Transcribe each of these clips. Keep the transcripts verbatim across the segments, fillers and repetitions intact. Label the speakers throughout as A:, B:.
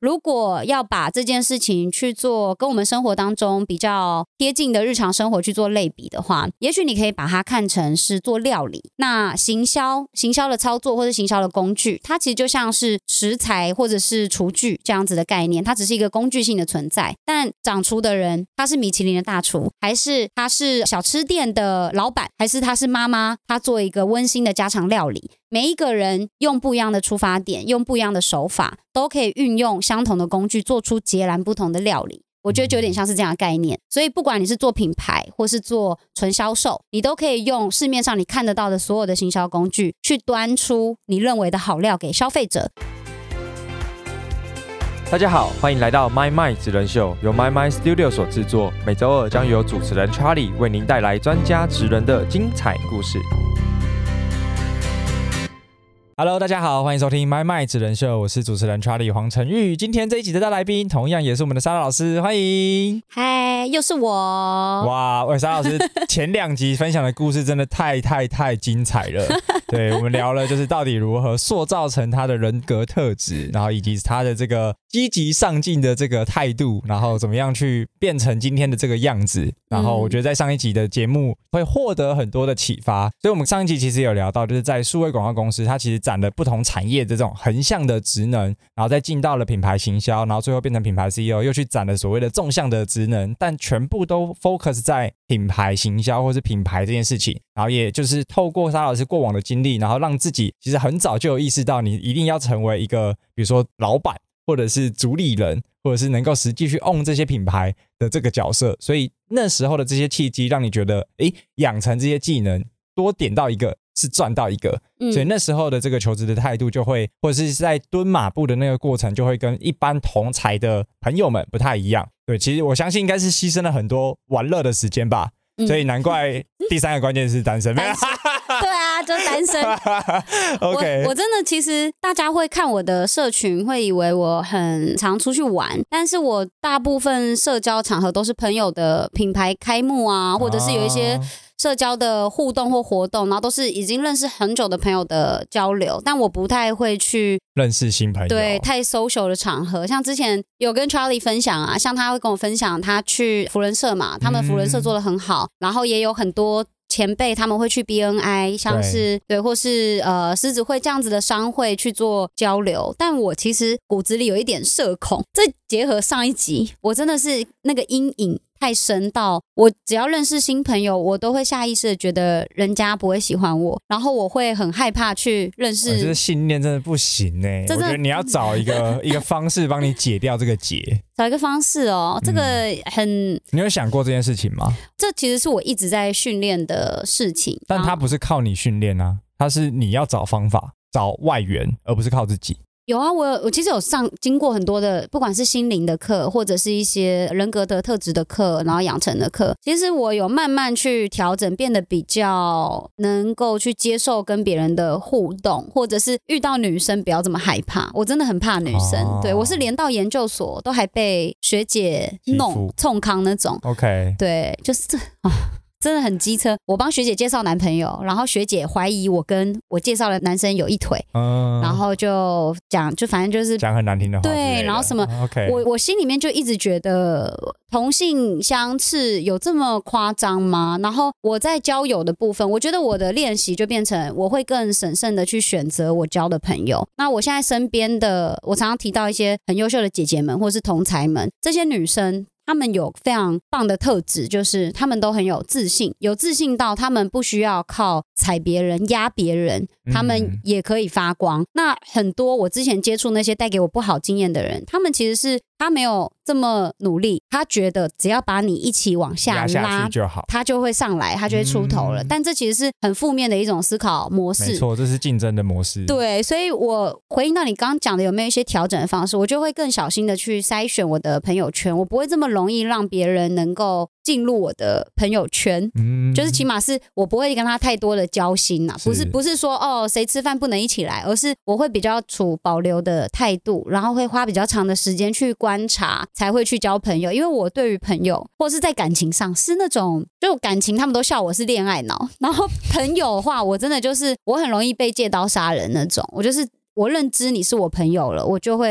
A: 如果要把这件事情去做跟我们生活当中比较贴近的日常生活去做类比的话，也许你可以把它看成是做料理。那行销行销的操作或是行销的工具，它其实就像是食材或者是厨具这样子的概念，它只是一个工具性的存在。但掌厨的人，他是米其林的大厨，还是他是小吃店的老板，还是他是妈妈，他做一个温馨的家常料理，每一个人用不一样的出发点，用不一样的手法，都可以运用相同的工具做出截然不同的料理。我觉得就有点像是这样的概念。所以不管你是做品牌或是做纯销售，你都可以用市面上你看得到的所有的行销工具去端出你认为的好料给消费者。
B: 大家好，欢迎来到 My My 职人秀，由 My My Studio 所制作，每周二将由主持人 Charlie 为您带来专家职人的精彩故事。
C: Hello， 大家好，欢迎收听 My My 职人秀，我是主持人 Charlie 黄成玉。今天这一集的大来宾，同样也是我们的莎拉老师，欢迎。
A: 嗨，又是我。
C: 哇，喂，莎拉老师前两集分享的故事真的太太太精彩了。对，我们聊了就是到底如何塑造成他的人格特质，然后以及他的这个积极上进的这个态度，然后怎么样去变成今天的这个样子。然后我觉得在上一集的节目会获得很多的启发，所以我们上一集其实有聊到，就是在数位广告公司，它其实展了不同产业的这种横向的职能，然后再进到了品牌行销，然后最后变成品牌 C E O， 又去展了所谓的纵向的职能，但全部都 focus 在品牌行销或是品牌这件事情。然后也就是透过莎拉老师过往的经历，然后让自己其实很早就有意识到，你一定要成为一个比如说老板或者是主理人，或者是能够实际去 own 这些品牌的这个角色。所以那时候的这些契机让你觉得诶，养成这些技能多点到一个是赚到一个、嗯、所以那时候的这个求职的态度就会，或者是在蹲马步的那个过程就会跟一般同才的朋友们不太一样。对，其实我相信应该是牺牲了很多玩乐的时间吧、嗯、所以难怪第三个关键是单身。
A: 单身对啊，就单身。
C: okay.
A: 我, 我真的其实大家会看我的社群会以为我很常出去玩，但是我大部分社交场合都是朋友的品牌开幕啊，或者是有一些社交的互动或活动，然后都是已经认识很久的朋友的交流，但我不太会去
C: 认识新朋友，
A: 对，太 social 的场合。像之前有跟 Charlie 分享啊，像他会跟我分享他去福伦社嘛，他们福伦社做得很好、嗯、然后也有很多前辈他们会去 B N I， 像是 对, 对或是呃狮子会这样子的商会去做交流，但我其实骨子里有一点社恐，这结合上一集，我真的是那个阴影太深到我只要认识新朋友，我都会下意识的觉得人家不会喜欢我，然后我会很害怕去认识、
C: 哦、这信念真的不行耶，我觉得你要找一个一个方式帮你解掉这个结，
A: 找一个方式哦，这个很、嗯、
C: 你有想过这件事情吗？
A: 这其实是我一直在训练的事情，
C: 但它不是靠你训练啊，它是你要找方法找外援，而不是靠自己。
A: 有啊，我我其实有上经过很多的，不管是心灵的课，或者是一些人格的特质的课，然后养成的课。其实我有慢慢去调整，变得比较能够去接受跟别人的互动，或者是遇到女生不要这么害怕。我真的很怕女生，哦、对我是连到研究所都还被学姐弄冲康那种。
C: OK，
A: 对，就是这啊。真的很机车，我帮学姐介绍男朋友，然后学姐怀疑我跟我介绍的男生有一腿、嗯、然后就讲就反正就是
C: 讲很难听的话，
A: 对，然后什么、okay. 我我心里面就一直觉得同性相斥有这么夸张吗？然后我在交友的部分，我觉得我的练习就变成我会更审慎的去选择我交的朋友。那我现在身边的，我常常提到一些很优秀的姐姐们或是同才们，这些女生他们有非常棒的特质，就是他们都很有自信，有自信到他们不需要靠踩别人压别人，他们也可以发光、嗯、那很多我之前接触那些带给我不好经验的人，他们其实是他没有这么努力，他觉得只要把你一起往下拉
C: 压下去就好，
A: 他就会上来，他就会出头了、嗯、但这其实是很负面的一种思考模式，
C: 没错，这是竞争的模式。
A: 对，所以我回应到你刚刚讲的有没有一些调整的方式，我就会更小心的去筛选我的朋友圈，我不会这么容易让别人能够进入我的朋友圈、嗯、就是起码是我不会跟他太多的交心啊，不是不是说哦谁吃饭不能一起来，而是我会比较处保留的态度，然后会花比较长的时间去观察，才会去交朋友。因为我对于朋友或是在感情上是那种，就感情他们都笑我是恋爱脑，然后朋友的话我真的就是我很容易被借刀杀人那种，我就是我认知你是我朋友了，我就会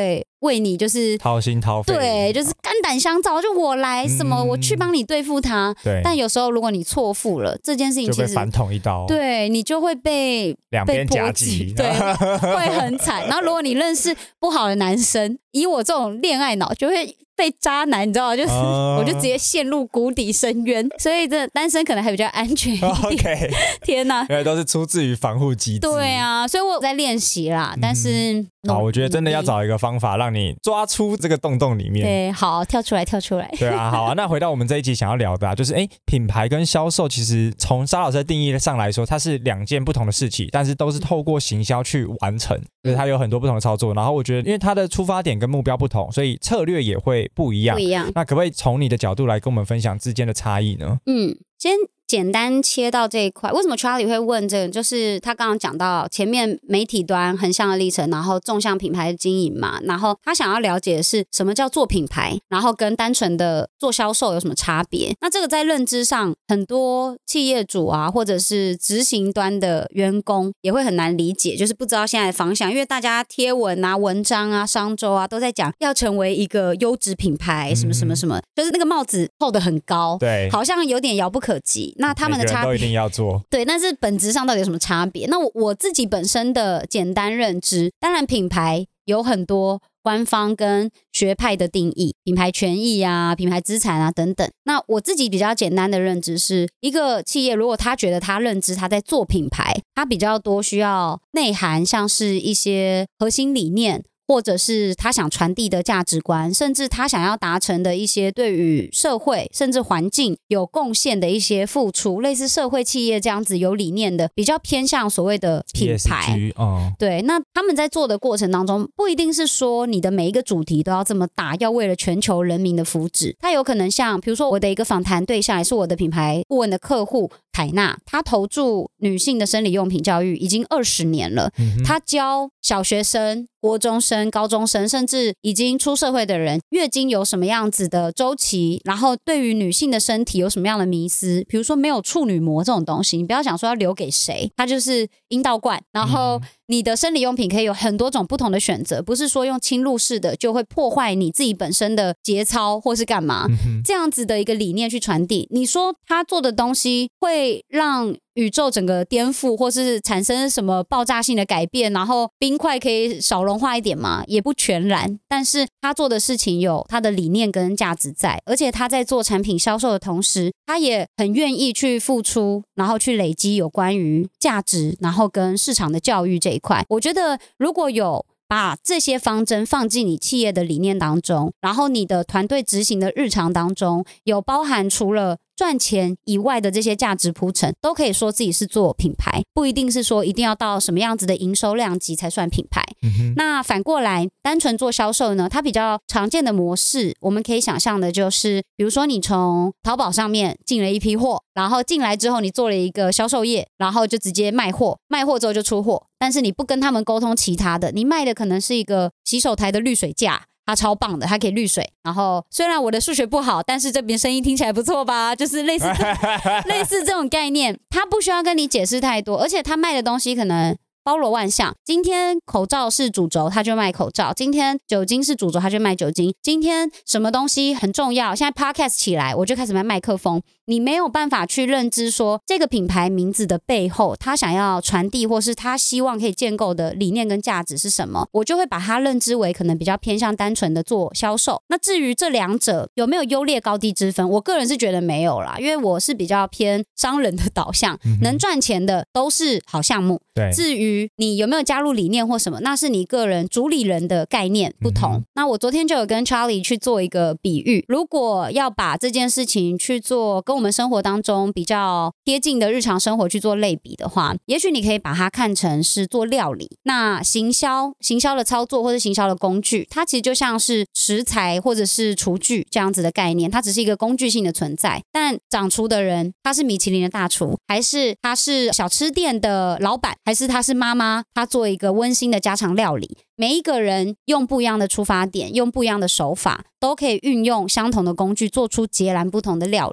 A: 为你就是
C: 掏心掏肺，
A: 对，就是肝胆相照，就我来什么、嗯、我去帮你对付他。
C: 对，
A: 但有时候如果你错付了这件事情，
C: 就被反捅一刀，
A: 对你就会被
C: 两边夹击，
A: 对，会很惨。然后如果你认识不好的男生，以我这种恋爱脑就会被渣男，你知道吗？就是、uh... 我就直接陷入谷底深渊，所以这单身可能还比较安全一点。
C: OK，
A: 天哪，
C: 原来都是出自于防护机制。
A: 对啊，所以我在练习啦，嗯、但是
C: 好，我觉得真的要找一个方法让你抓出这个洞洞里面。
A: 对，好，跳出来，跳出来。
C: 对啊，好啊。那回到我们这一集想要聊的、啊，就是哎，品牌跟销售其实从沙老师的定义上来说，它是两件不同的事情，但是都是透过行销去完成，所以它有很多不同的操作。然后我觉得，因为它的出发点跟目标不同，所以策略也会不一样。
A: 不一样。
C: 那可不可以从你的角度来跟我们分享之间的差异呢？
A: 嗯，先简单切到这一块，为什么 Charlie 会问这个？就是他刚刚讲到前面媒体端横向的历程，然后纵向品牌的经营嘛，然后他想要了解的是什么叫做品牌，然后跟单纯的做销售有什么差别。那这个在认知上，很多企业主啊，或者是执行端的员工也会很难理解，就是不知道现在的方向，因为大家贴文啊、文章啊、商周啊都在讲要成为一个优质品牌，什么什么什么，嗯、就是那个帽子扣得很高，
C: 对，
A: 好像有点遥不可及。那他们的差别
C: 都一定要做，
A: 对，但是本质上到底有什么差别？那我我自己本身的简单认知，当然品牌有很多官方跟学派的定义，品牌权益啊、品牌资产啊等等。那我自己比较简单的认知是，一个企业如果他觉得他认知他在做品牌，他比较多需要内涵，像是一些核心理念，或者是他想传递的价值观，甚至他想要达成的一些对于社会甚至环境有贡献的一些付出，类似社会企业这样子有理念的，比较偏向所谓的品牌。
C: 哦、
A: 对，那他们在做的过程当中，不一定是说你的每一个主题都要这么大，要为了全球人民的福祉。他有可能像比如说我的一个访谈对象也是我的品牌顾问的客户凯娜，她投注女性的生理用品教育已经二十年了，嗯、她教小学生、国中生、高中生，甚至已经出社会的人，月经有什么样子的周期，然后对于女性的身体有什么样的迷思，比如说没有处女膜这种东西，你不要想说要留给谁，它就是阴道罐，然后你的生理用品可以有很多种不同的选择，不是说用侵入式的就会破坏你自己本身的节操或是干嘛，嗯、这样子的一个理念去传递。你说他做的东西会让宇宙整个颠覆，或是产生什么爆炸性的改变，然后冰块可以少融化一点吗？也不全然，但是他做的事情有他的理念跟价值在，而且他在做产品销售的同时，他也很愿意去付出，然后去累积有关于价值，然后跟市场的教育这一块。我觉得如果有把这些方针放进你企业的理念当中，然后你的团队执行的日常当中，有包含除了赚钱以外的这些价值铺陈，都可以说自己是做品牌，不一定是说一定要到什么样子的营收量级才算品牌。嗯、那反过来单纯做销售呢，它比较常见的模式，我们可以想象的就是比如说你从淘宝上面进了一批货，然后进来之后你做了一个销售业，然后就直接卖货，卖货之后就出货，但是你不跟他们沟通其他的，你卖的可能是一个洗手台的滤水架，它超棒的，它可以滤水。然后虽然我的数学不好，但是这边声音听起来不错吧？就是类似类似这种概念，它不需要跟你解释太多，而且它卖的东西可能包罗万象。今天口罩是主轴，他就卖口罩；今天酒精是主轴，他就卖酒精；今天什么东西很重要，现在 podcast 起来，我就开始卖麦克风。你没有办法去认知说这个品牌名字的背后，他想要传递或是他希望可以建构的理念跟价值是什么，我就会把它认知为可能比较偏向单纯的做销售。那至于这两者有没有优劣高低之分，我个人是觉得没有啦，因为我是比较偏商人的导向，嗯、能赚钱的都是好项目。
C: 对，
A: 至于你有没有加入理念或什么，那是你个人主理人的概念不同。嗯、那我昨天就有跟 Charlie 去做一个比喻，如果要把这件事情去做跟我们生活当中比较贴近的日常生活去做类比的话，也许你可以把它看成是做料理。那行销行销的操作或是行销的工具，它其实就像是食材或者是厨具这样子的概念，它只是一个工具性的存在。但掌厨的人，他是米其林的大厨，还是他是小吃店的老板，还是他是妈妈，他做一个温馨的家常料理，每一个人用不一样的出发点，用不一样的手法，都可以运用相同的工具做出截然不同的料理。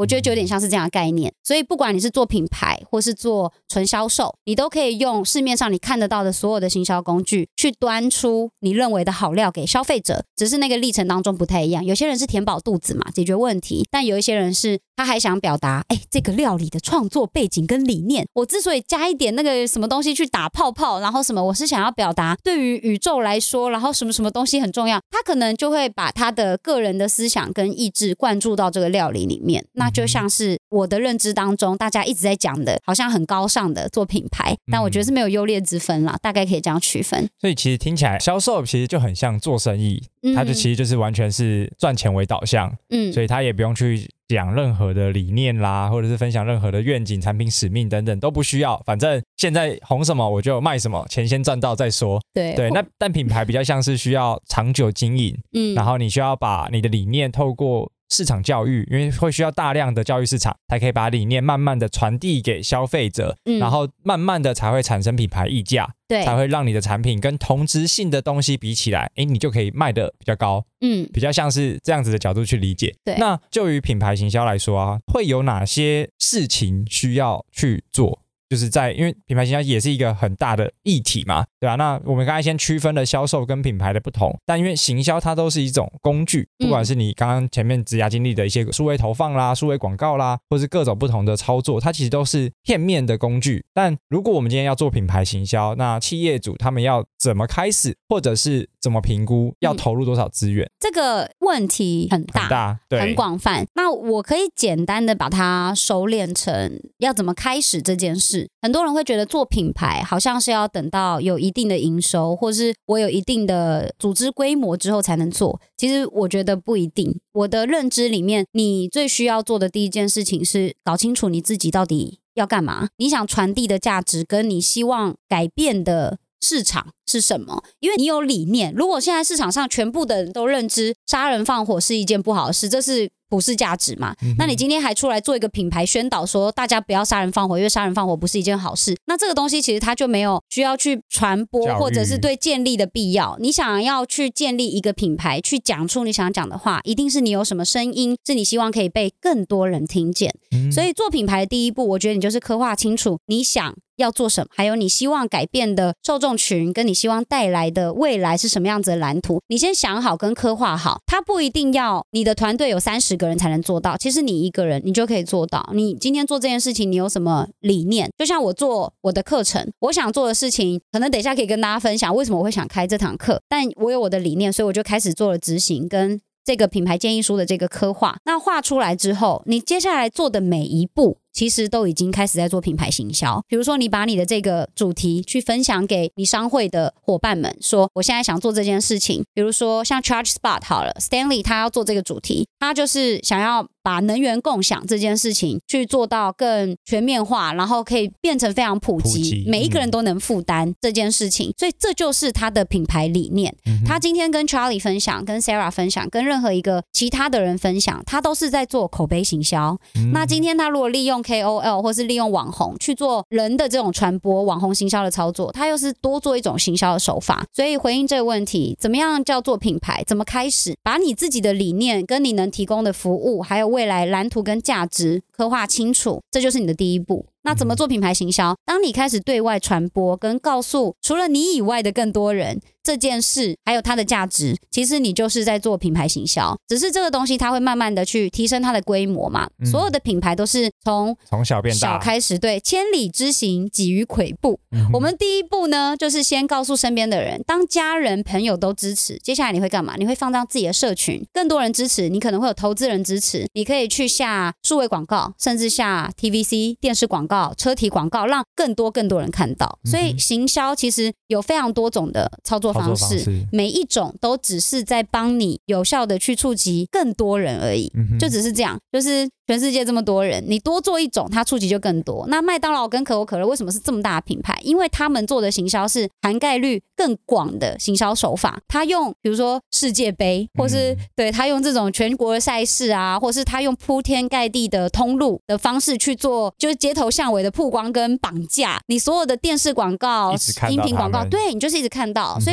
A: 我觉得就有点像是这样的概念。所以不管你是做品牌或是做纯销售，你都可以用市面上你看得到的所有的行销工具去端出你认为的好料给消费者，只是那个历程当中不太一样。有些人是填饱肚子嘛，解决问题，但有一些人是他还想表达哎，这个料理的创作背景跟理念，我之所以加一点那个什么东西去打泡泡，然后什么我是想要表达对于宇宙来说，然后什么什么东西很重要，他可能就会把他的个人的思想跟意志灌注到这个料理里面。那就像是我的认知当中大家一直在讲的好像很高尚的做品牌，但我觉得是没有优劣之分啦，大概可以这样区分。
C: 所以其实听起来销售其实就很像做生意，它就其实就是完全是赚钱为导向，嗯，所以他也不用去讲任何的理念啦，或者是分享任何的愿景、产品使命等等都不需要，反正现在红什么我就卖什么，钱先赚到再说。
A: 对
C: 对，那但品牌比较像是需要长久经营，嗯，然后你需要把你的理念透过市场教育，因为会需要大量的教育市场，才可以把理念慢慢的传递给消费者，嗯，然后慢慢的才会产生品牌溢价，对，才会让你的产品跟同质性的东西比起来，诶，你就可以卖得比较高，嗯，比较像是这样子的角度去理解。对，那就于品牌行销来说啊，会有哪些事情需要去做？就是在因为品牌行销也是一个很大的议题嘛，对吧、啊？那我们刚才先区分了销售跟品牌的不同，但因为行销它都是一种工具，不管是你刚刚前面职涯经历的一些数位投放啦、数位广告啦，或是各种不同的操作，它其实都是片面的工具。但如果我们今天要做品牌行销，那企业主他们要怎么开始，或者是怎么评估，要投入多少资源？嗯、
A: 这个问题很大，
C: 很大，对，
A: 很广泛。那我可以简单的把它收敛成要怎么开始这件事。很多人会觉得做品牌好像是要等到有一定的营收，或是我有一定的组织规模之后才能做。其实我觉得不一定。我的认知里面，你最需要做的第一件事情是搞清楚你自己到底要干嘛，你想传递的价值跟你希望改变的市场是什么？因为你有理念，如果现在市场上全部的人都认知杀人放火是一件不好的事，这是普世价值嘛、嗯、那你今天还出来做一个品牌宣导说大家不要杀人放火，因为杀人放火不是一件好事，那这个东西其实它就没有需要去传播或者是对建立的必要。你想要去建立一个品牌，去讲出你想讲的话，一定是你有什么声音是你希望可以被更多人听见、嗯、所以做品牌的第一步，我觉得你就是刻画清楚你想要做什么，还有你希望改变的受众群跟你希望带来的未来是什么样子的蓝图，你先想好跟刻画好。它不一定要你的团队有三十个人才能做到，其实你一个人你就可以做到。你今天做这件事情你有什么理念，就像我做我的课程，我想做的事情可能等一下可以跟大家分享为什么我会想开这堂课，但我有我的理念，所以我就开始做了执行跟这个品牌建议书的这个刻画。那画出来之后，你接下来做的每一步其实都已经开始在做品牌行销。比如说你把你的这个主题去分享给你商会的伙伴们，说我现在想做这件事情。比如说像 ChargeSpot 好了， Stanley 他要做这个主题，他就是想要把能源共享这件事情去做到更全面化，然后可以变成非常普及，普及每一个人都能负担这件事情、嗯、所以这就是他的品牌理念、嗯、他今天跟 Charlie 分享，跟 Sarah 分享，跟任何一个其他的人分享，他都是在做口碑行销、嗯、那今天他如果利用 K O L 或是利用网红去做人的这种传播，网红行销的操作，他又是多做一种行销的手法。所以回应这个问题，怎么样叫做品牌，怎么开始，把你自己的理念跟你能提供的服务还有未来蓝图跟价值刻画清楚，这就是你的第一步。那怎么做品牌行销？当你开始对外传播跟告诉除了你以外的更多人这件事还有它的价值，其实你就是在做品牌行销。只是这个东西它会慢慢的去提升它的规模嘛、嗯、所有的品牌都是从
C: 从小变大，
A: 小开始，对，千里之行几于跬步、嗯、我们第一步呢就是先告诉身边的人，当家人朋友都支持，接下来你会干嘛？你会放到自己的社群，更多人支持，你可能会有投资人支持，你可以去下数位广告，甚至下 T V C 电视广告、车体广告，让更多更多人看到。所以行销其实有非常多种的操作方式，方式每一种都只是在帮你有效的去触及更多人而已、嗯、就只是这样，就是全世界这么多人，你多做一种它触及就更多。那麦当劳跟可口可乐为什么是这么大的品牌？因为他们做的行销是涵盖率更广的行销手法，他用比如说世界杯，或是、嗯、对他用这种全国的赛事啊，或是他用铺天盖地的通路的方式去做，就是街头巷尾的曝光跟绑架，你所有的电视广告、音频广告，对，你就是一直看到。所以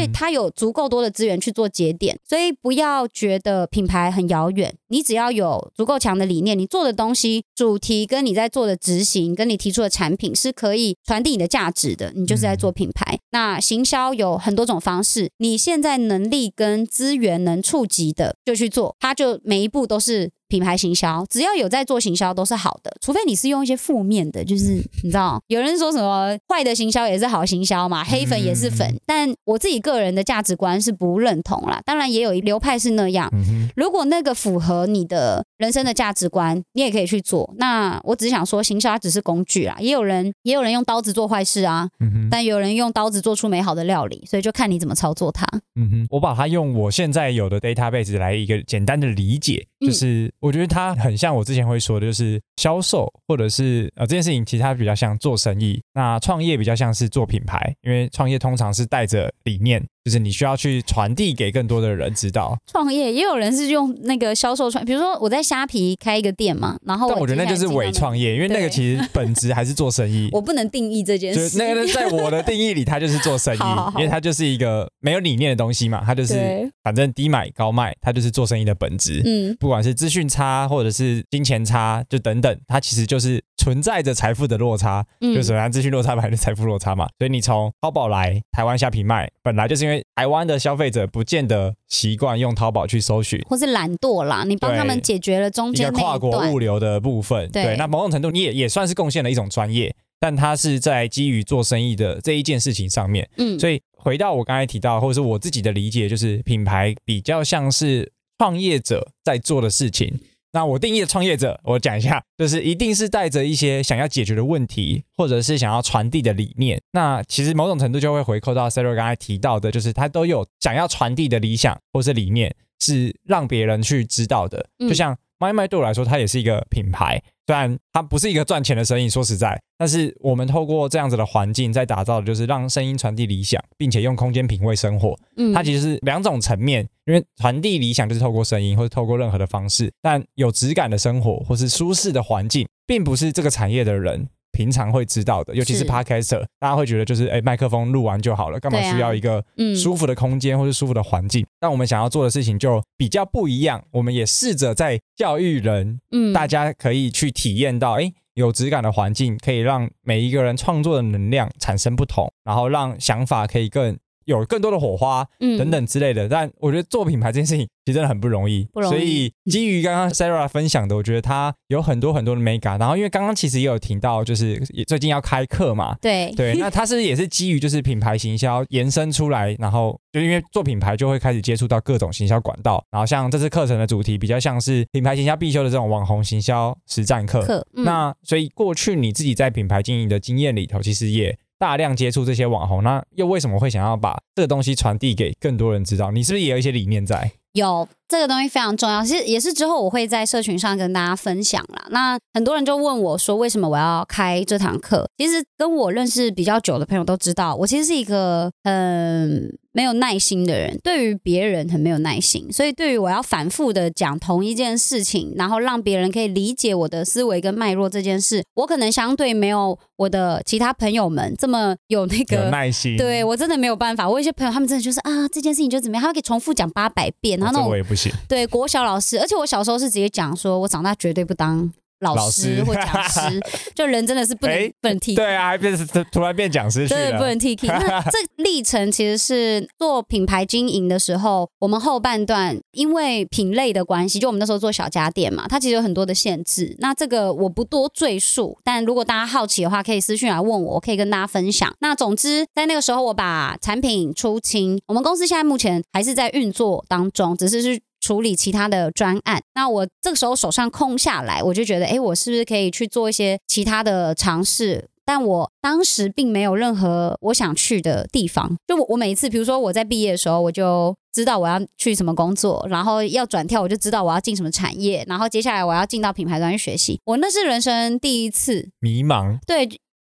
A: 它有足够多的资源去做节点，所以不要觉得品牌很遥远，你只要有足够强的理念，你做的东西主题跟你在做的执行跟你提出的产品是可以传递你的价值的，你就是在做品牌、嗯、那行销有很多种方式，你现在能力跟资源能触及的就去做，它就每一步都是品牌行销，只要有在做行销都是好的，除非你是用一些负面的，就是你知道有人说什么坏的行销也是好行销嘛，黑粉也是粉、嗯、但我自己个人的价值观是不认同啦，当然也有流派是那样、嗯、如果那个符合你的人生的价值观你也可以去做，那我只是想说行销只是工具啦，也有人也有人用刀子做坏事啊、嗯、但有人用刀子做出美好的料理，所以就看你怎么操作它。
C: 嗯哼，我把它用我现在有的 database 来一个简单的理解，就是我觉得它很像我之前会说的，就是销售或者是呃这件事情其实它比较像做生意，那创业比较像是做品牌，因为创业通常是带着理念，就是你需要去传递给更多的人知道。创
A: 业也有人是用那个销售传，比如说我在虾皮开一个店嘛，然后我
C: 但我觉得那就是伪创业，因为那个其实本质还是做生意。
A: 我不能定义这件事，
C: 就那个在我的定义里，它就是做生意
A: 好好好，
C: 因为它就是一个没有理念的东西嘛，它就是反正低买高卖，它就是做生意的本质。嗯，不管是资讯差或者是金钱差，就等等，它其实就是存在着财富的落差，嗯、就首先资讯落差本来就是财富落差嘛。所以你从淘宝来台湾虾皮卖，本来就是因为台湾的消费者不见得习惯用淘宝去搜寻，
A: 或是懒惰啦，你帮他们解决了中间那一段
C: 一个跨国物流的部分。对，对那某种程度你也也算是贡献了一种专业，但它是在基于做生意的这一件事情上面。嗯，所以回到我刚才提到，或者是我自己的理解，就是品牌比较像是创业者在做的事情。那我定义的创业者，我讲一下，就是一定是带着一些想要解决的问题，或者是想要传递的理念。那其实某种程度就会回扣到 Sarah 刚才提到的，就是他都有想要传递的理想或是理念，是让别人去知道的。就像MyMy对我来说，它也是一个品牌，虽然它不是一个赚钱的生意，说实在，但是我们透过这样子的环境在打造的就是让声音传递理想，并且用空间品味生活。嗯，它其实是两种层面，因为传递理想就是透过声音或者透过任何的方式，但有质感的生活或是舒适的环境，并不是这个产业的人平常会知道的，尤其是 Podcaster， 大家会觉得就是哎，麦克风录完就好了，干嘛需要一个舒服的空间或是舒服的环境？但我们想要做的事情就比较不一样，我们也试着在教育人，嗯，大家可以去体验到，哎，有质感的环境可以让每一个人创作的能量产生不同，然后让想法可以更有更多的火花等等之类的、嗯、但我觉得做品牌这件事情其实真的很不容易，不容易，所以基于刚刚 Sarah 分享的，我觉得它有很多很多的美感，然后因为刚刚其实也有提到就是最近要开课嘛，
A: 对
C: 对，那它是不是也是基于就是品牌行销延伸出来，然后就因为做品牌就会开始接触到各种行销管道，然后像这次课程的主题比较像是品牌行销必修的这种网红行销实战课、嗯、那所以过去你自己在品牌经营的经验里头其实也大量接触这些网红，那又为什么会想要把这个东西传递给更多人知道？你是不是也有一些理念在？
A: 有，这个东西非常重要，其实也是之后我会在社群上跟大家分享啦。那很多人就问我说为什么我要开这堂课，其实跟我认识比较久的朋友都知道，我其实是一个嗯没有耐心的人，对于别人很没有耐心，所以对于我要反复的讲同一件事情，然后让别人可以理解我的思维跟脉络这件事，我可能相对没有我的其他朋友们这么有那个
C: 有耐心，
A: 对，我真的没有办法。我有些朋友他们真的就是啊这件事情就怎么样，他们可以重复讲八百遍，然后那种、
C: 哦、这我也不行。
A: 对，国小老师，而且我小时候是直接讲说我长大绝对不当老师或讲师，就人真的是不能、欸、不能替
C: 对啊，还变突然变讲师去了，
A: 对，不能替替。那这历程其实是做品牌经营的时候，我们后半段因为品类的关系，就我们那时候做小家电嘛，它其实有很多的限制。那这个我不多赘述，但如果大家好奇的话，可以私讯来问我，我可以跟大家分享。那总之，在那个时候我把产品出清，我们公司现在目前还是在运作当中，只是是处理其他的专案。那我这个时候手上空下来，我就觉得哎，我是不是可以去做一些其他的尝试，但我当时并没有任何我想去的地方。就 我, 我每一次比如说我在毕业的时候，我就知道我要去什么工作，然后要转跳我就知道我要进什么产业，然后接下来我要进到品牌端去学习。我那是人生第一次
C: 迷茫，
A: 对，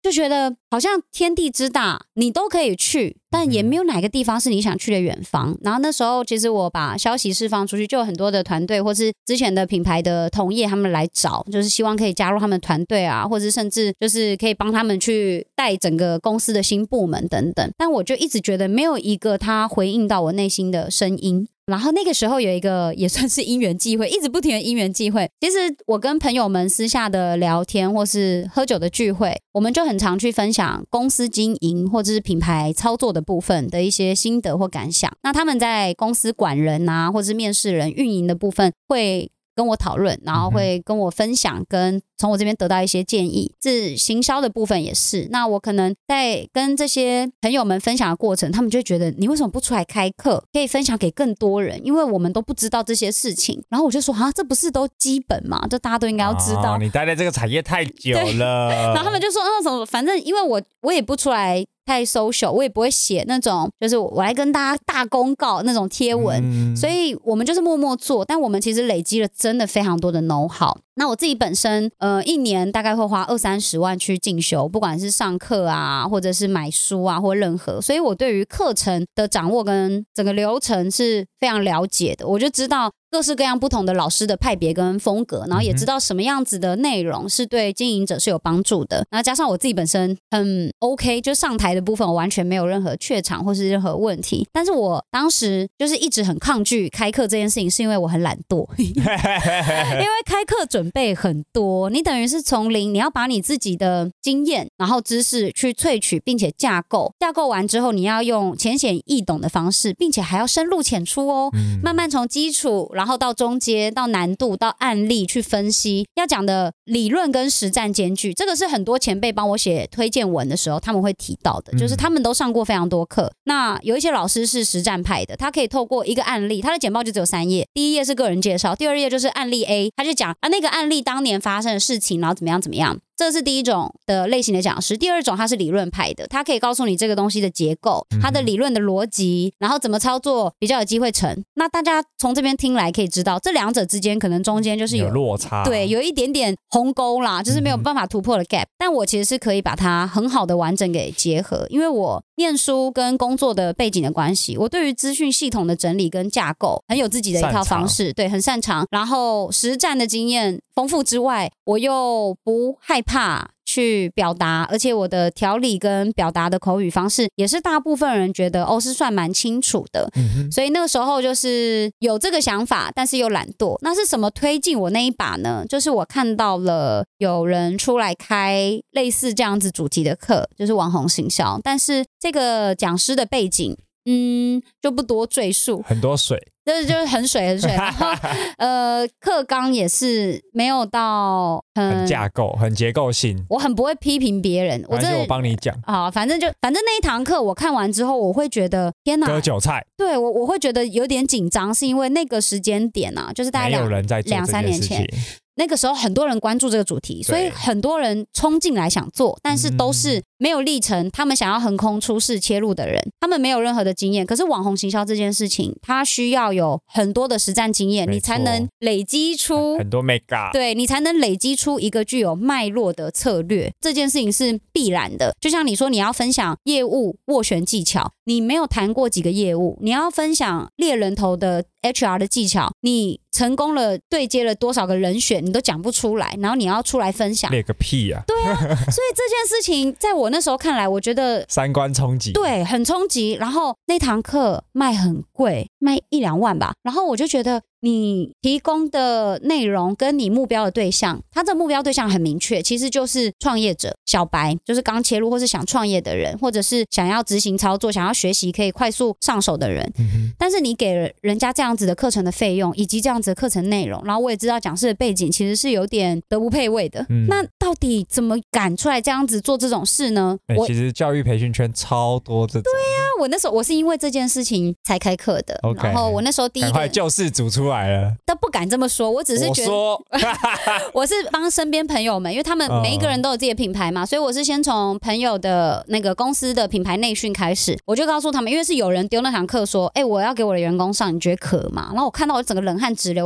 A: 就觉得好像天地之大，你都可以去，但也没有哪个地方是你想去的远方。然后那时候其实我把消息释放出去，就有很多的团队或是之前的品牌的同业他们来找，就是希望可以加入他们团队啊，或者甚至就是可以帮他们去带整个公司的新部门等等。但我就一直觉得没有一个他回应到我内心的声音。然后那个时候有一个也算是因缘际会，一直不停的因缘际会。其实我跟朋友们私下的聊天或是喝酒的聚会，我们就很常去分享公司经营或者是品牌操作的部分的一些心得或感想。那他们在公司管人啊，或者是面试人运营的部分会跟我讨论，然后会跟我分享，跟从我这边得到一些建议。这行销的部分也是，那我可能在跟这些朋友们分享的过程，他们就会觉得你为什么不出来开课，可以分享给更多人，因为我们都不知道这些事情。然后我就说啊，这不是都基本嘛，这大家都应该要知道、
C: 哦、你待在这个产业太久了。
A: 然后他们就说啊，什么反正因为我我也不出来太 social， 我也不会写那种就是我来跟大家大公告那种贴文、嗯、所以我们就是默默做，但我们其实累积了真的非常多的 know how。那我自己本身呃一年大概会花二三十万去进修，不管是上课啊，或者是买书啊，或任何，所以我对于课程的掌握跟整个流程是非常了解的。我就知道各式各样不同的老师的派别跟风格，然后也知道什么样子的内容是对经营者是有帮助的。然后加上我自己本身很 OK， 就上台的部分我完全没有任何怯场或是任何问题。但是我当时就是一直很抗拒开课这件事情，是因为我很懒惰因为开课准备很多，你等于是从零，你要把你自己的经验然后知识去萃取并且架构，架构完之后你要用浅显易懂的方式，并且还要深入浅出哦、嗯、慢慢从基础然后到中阶到难度到案例去分析，要讲的理论跟实战兼具。这个是很多前辈帮我写推荐文的时候他们会提到的，就是他们都上过非常多课。那有一些老师是实战派的，他可以透过一个案例，他的简报就只有三页，第一页是个人介绍，第二页就是案例 A， 他就讲啊那个案例当年发生的事情，然后怎么样怎么样。这是第一种的类型的讲师。第二种他是理论派的，他可以告诉你这个东西的结构，它的理论的逻辑，然后怎么操作比较有机会成。那大家从这边听来可以知道，这两者之间可能中间就是有,
C: 有落差，
A: 对，有一点点鸿沟啦，就是没有办法突破的 gap、嗯、但我其实是可以把它很好的完整给结合，因为我念书跟工作的背景的关系，我对于资讯系统的整理跟架构很有自己的一套方式，对，很擅长。然后实战的经验丰富之外，我又不害怕去表达，而且我的条理跟表达的口语方式也是大部分人觉得哦是算蛮清楚的、嗯、所以那个时候就是有这个想法，但是又懒惰。那是什么推进我那一把呢？就是我看到了有人出来开类似这样子主题的课，就是网红行销，但是这个讲师的背景嗯就不多赘述，
C: 很多水，
A: 就是就是很水很水，然后呃课纲也是没有到很
C: 很架构很结构性。
A: 我很不会批评别人，我这
C: 我帮你讲
A: 好，反正就反正那一堂课我看完之后，我会觉得天哪，
C: 割韭菜。
A: 对，我我会觉得有点紧张，是因为那个时间点啊，就是大概两两三年前。那个时候很多人关注这个主题，所以很多人冲进来想做，但是都是没有历程，他们想要横空出世切入的人，他们没有任何的经验。可是网红行销这件事情，它需要有很多的实战经验，你才能累积出
C: 很多 mega，
A: 对，你才能累积出一个具有脉络的策略。这件事情是必然的。就像你说你要分享业务斡旋技巧，你没有谈过几个业务，你要分享猎人头的 H R 的技巧，你成功了对接了多少个人选你都讲不出来，然后你要出来分享，
C: 列个屁啊。
A: 对啊，所以这件事情在我那时候看来，我觉得
C: 三观冲击，
A: 对，很冲击。然后那堂课卖很贵，卖一两万吧，然后我就觉得你提供的内容跟你目标的对象，他这目标对象很明确，其实就是创业者小白，就是刚切入或是想创业的人，或者是想要执行操作想要学习可以快速上手的人、嗯、但是你给人家这样子的课程的费用以及这样子的课程内容，然后我也知道讲师的背景其实是有点德不配位的、嗯、那到底怎么敢出来这样子做这种事呢、
C: 欸、我其实教育培训圈超多这种。
A: 对啊，我那时候我是因为这件事情才开课的、okay, 然后我那时候第一个赶
C: 快救世主出来了，
A: 都不敢这么说，我只是觉得
C: 我说
A: 我是帮身边朋友们，因为他们每一个人都有自己的品牌嘛、哦、所以我是先从朋友的那个公司的品牌内训开始，我就告诉他们，因为是有人丢那堂课说哎、欸，我要给我的员工上，你觉得可吗？然后我看到我整个冷汗直流，我说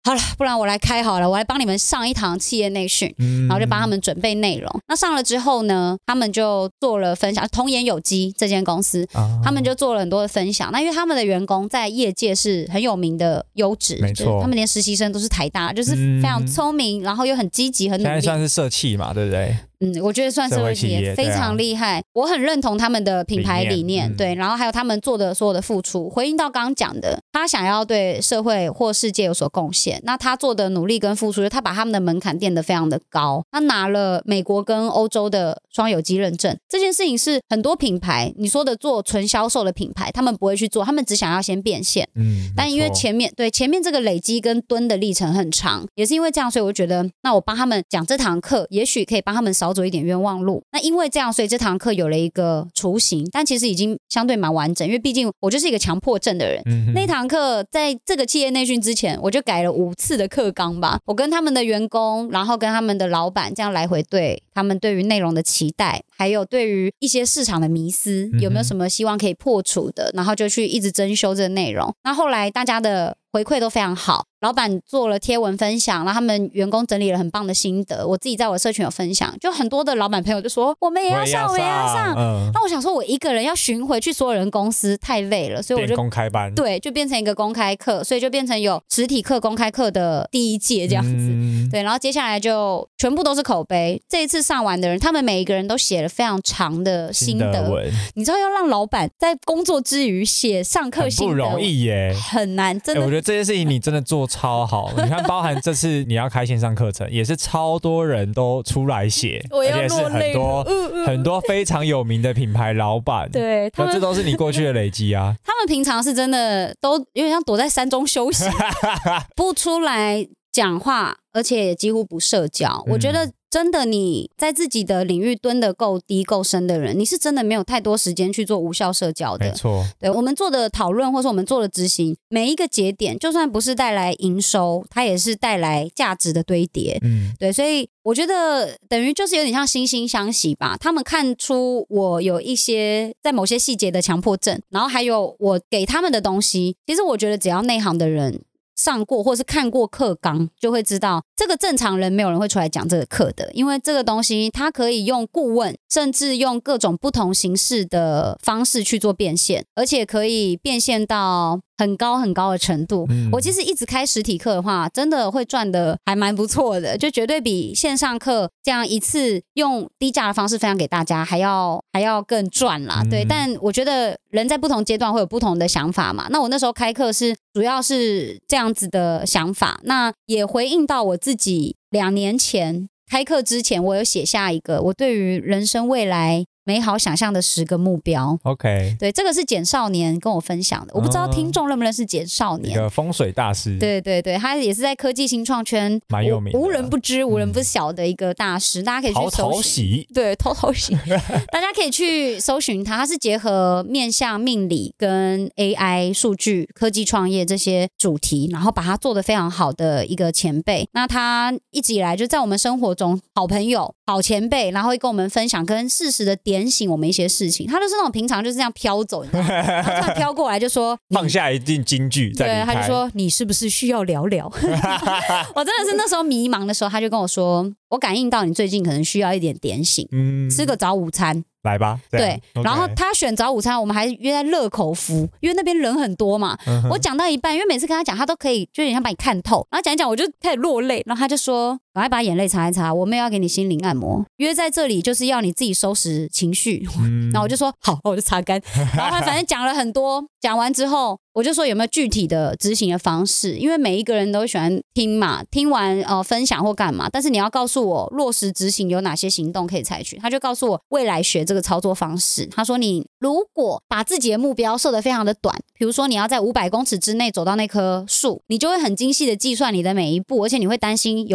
A: 好了，不然我来开好了，我来帮你们上一堂企业内训，
C: 嗯，
A: 然后就帮他们准备内容。那上了之后呢，他们就做了分享。童颜有机这间公司，
C: 啊
A: 他们就做了很多的分享。那因为他们的员工在业界是很有名的优质，
C: 没错，
A: 就是他们连实习生都是台大，就是非常聪明，嗯、然后又很积极、很努力。
C: 现在算是社企嘛，对不对？
A: 嗯，我觉得算社会企业，非常厉害、啊。我很认同他们的品牌理念，理念嗯、对，然后还有他们做的所有的付出。回应到刚刚讲的，他想要对社会或世界有所贡献，那他做的努力跟付出，他把他们的门槛垫得非常的高。他拿了美国跟欧洲的双有机认证，这件事情是很多品牌你说的做纯销售的品牌，他们不会去做，他们只想要先变现。嗯，但因为前面对前面这个累积跟蹲的历程很长，也是因为这样，所以我觉得，那我帮他们讲这堂课，也许可以帮他们少走一点冤枉路。那因为这样，所以这堂课有了一个雏形，但其实已经相对蛮完整，因为毕竟我就是一个强迫症的人。嗯、那堂课在这个企业内训之前，我就改了五次的课纲吧。我跟他们的员工，然后跟他们的老板这样来回对他们对于内容的期待，还有对于一些市场的迷思，有没有什么希望可以破除的，然后就去一直增修这个内容。那后来大家的回馈都非常好，老板做了贴文分享，然后他们员工整理了很棒的心得，我自己在我的社群有分享，就很多的老板朋友就说我们也要上，我们也要上。嗯、那我想说，我一个人要巡回去所有人公司太累了，所以我就
C: 公开班，
A: 对，就变成一个公开课，所以就变成有实体课、公开课的第一届这样子。嗯、对，然后接下来就全部都是口碑。这一次上完的人，他们每一个人都写了非常长的心得，心得文。你知道要让老板在工作之余写上课心得，
C: 很不容易耶，
A: 很难，真的。
C: 欸、我觉得这件事情你真的做超好。你看，包含这次你要开线上课程，也是超多人都出来写，
A: 我要
C: 而且是很多、嗯、很多非常有名的品牌老板，
A: 对，他们
C: 这都是你过去的累积啊。
A: 他们平常是真的都有点像躲在山中休息，不出来讲话，而且也几乎不社交。嗯、我觉得真的你在自己的领域蹲得够低够深的人，你是真的没有太多时间去做无效社交的。
C: 没错，
A: 对，我们做的讨论或者我们做的执行，每一个节点就算不是带来营收，它也是带来价值的堆叠。嗯，对，所以我觉得等于就是有点像惺惺相惜吧。他们看出我有一些在某些细节的强迫症，然后还有我给他们的东西，其实我觉得只要内行的人上过或是看过课纲，就会知道这个正常人没有人会出来讲这个课的，因为这个东西它可以用顾问，甚至用各种不同形式的方式去做变现，而且可以变现到很高很高的程度。嗯、我其实一直开实体课的话，真的会赚的还蛮不错的，就绝对比线上课这样一次用低价的方式分享给大家还要还要更赚啦。嗯、对，但我觉得人在不同阶段会有不同的想法嘛。那我那时候开课是主要是这样子的想法，那也回应到我自己两年前开课之前，我有写下一个我对于人生未来美好想象的十个目标。
C: OK，
A: 对，这个是简少年跟我分享的，我不知道听众认不认识简少年，
C: 一个风水大师。
A: 对对对，他也是在科技新创圈
C: 蛮有名的，
A: 无人不知无人不晓的一个大师。嗯、大家可以去搜寻，对，头头喜大家可以去搜寻他，他是结合面向命理跟 A I 数据科技创业这些主题，然后把它做得非常好的一个前辈。那他一直以来就在我们生活中好朋友好前辈，然后会跟我们分享跟适时的点醒我们一些事情。他就是那种平常就是这样飘走，你知道吗？然后突然飘过来就说
C: 放下一定金句再离开，
A: 对，他就说你是不是需要聊聊我真的是那时候迷茫的时候，他就跟我说我感应到你最近可能需要一点点醒，嗯，吃个早午餐
C: 来吧。
A: 对， okay. 然后他选早午餐，我们还约在乐口福，因为那边人很多嘛。嗯、我讲到一半，因为每次跟他讲，他都可以就有点像把你看透，然后讲一讲我就开始落泪，然后他就说赶快把眼泪擦一擦，我们要给你心灵按摩，约在这里就是要你自己收拾情绪。嗯、然后我就说好，我就擦干。然后他反正讲了很多，讲完之后我就说有没有具体的执行的方式，因为每一个人都喜欢听嘛，听完呃分享或干嘛，但是你要告诉我落实执行有哪些行动可以采取。他就告诉我未来学这个操作方式，他说你如果把自己的目标设得非常的短，比如说你要在五百公尺之内走到那棵树，你就会很精细的计算你的每一步，而且你会担心有任何一步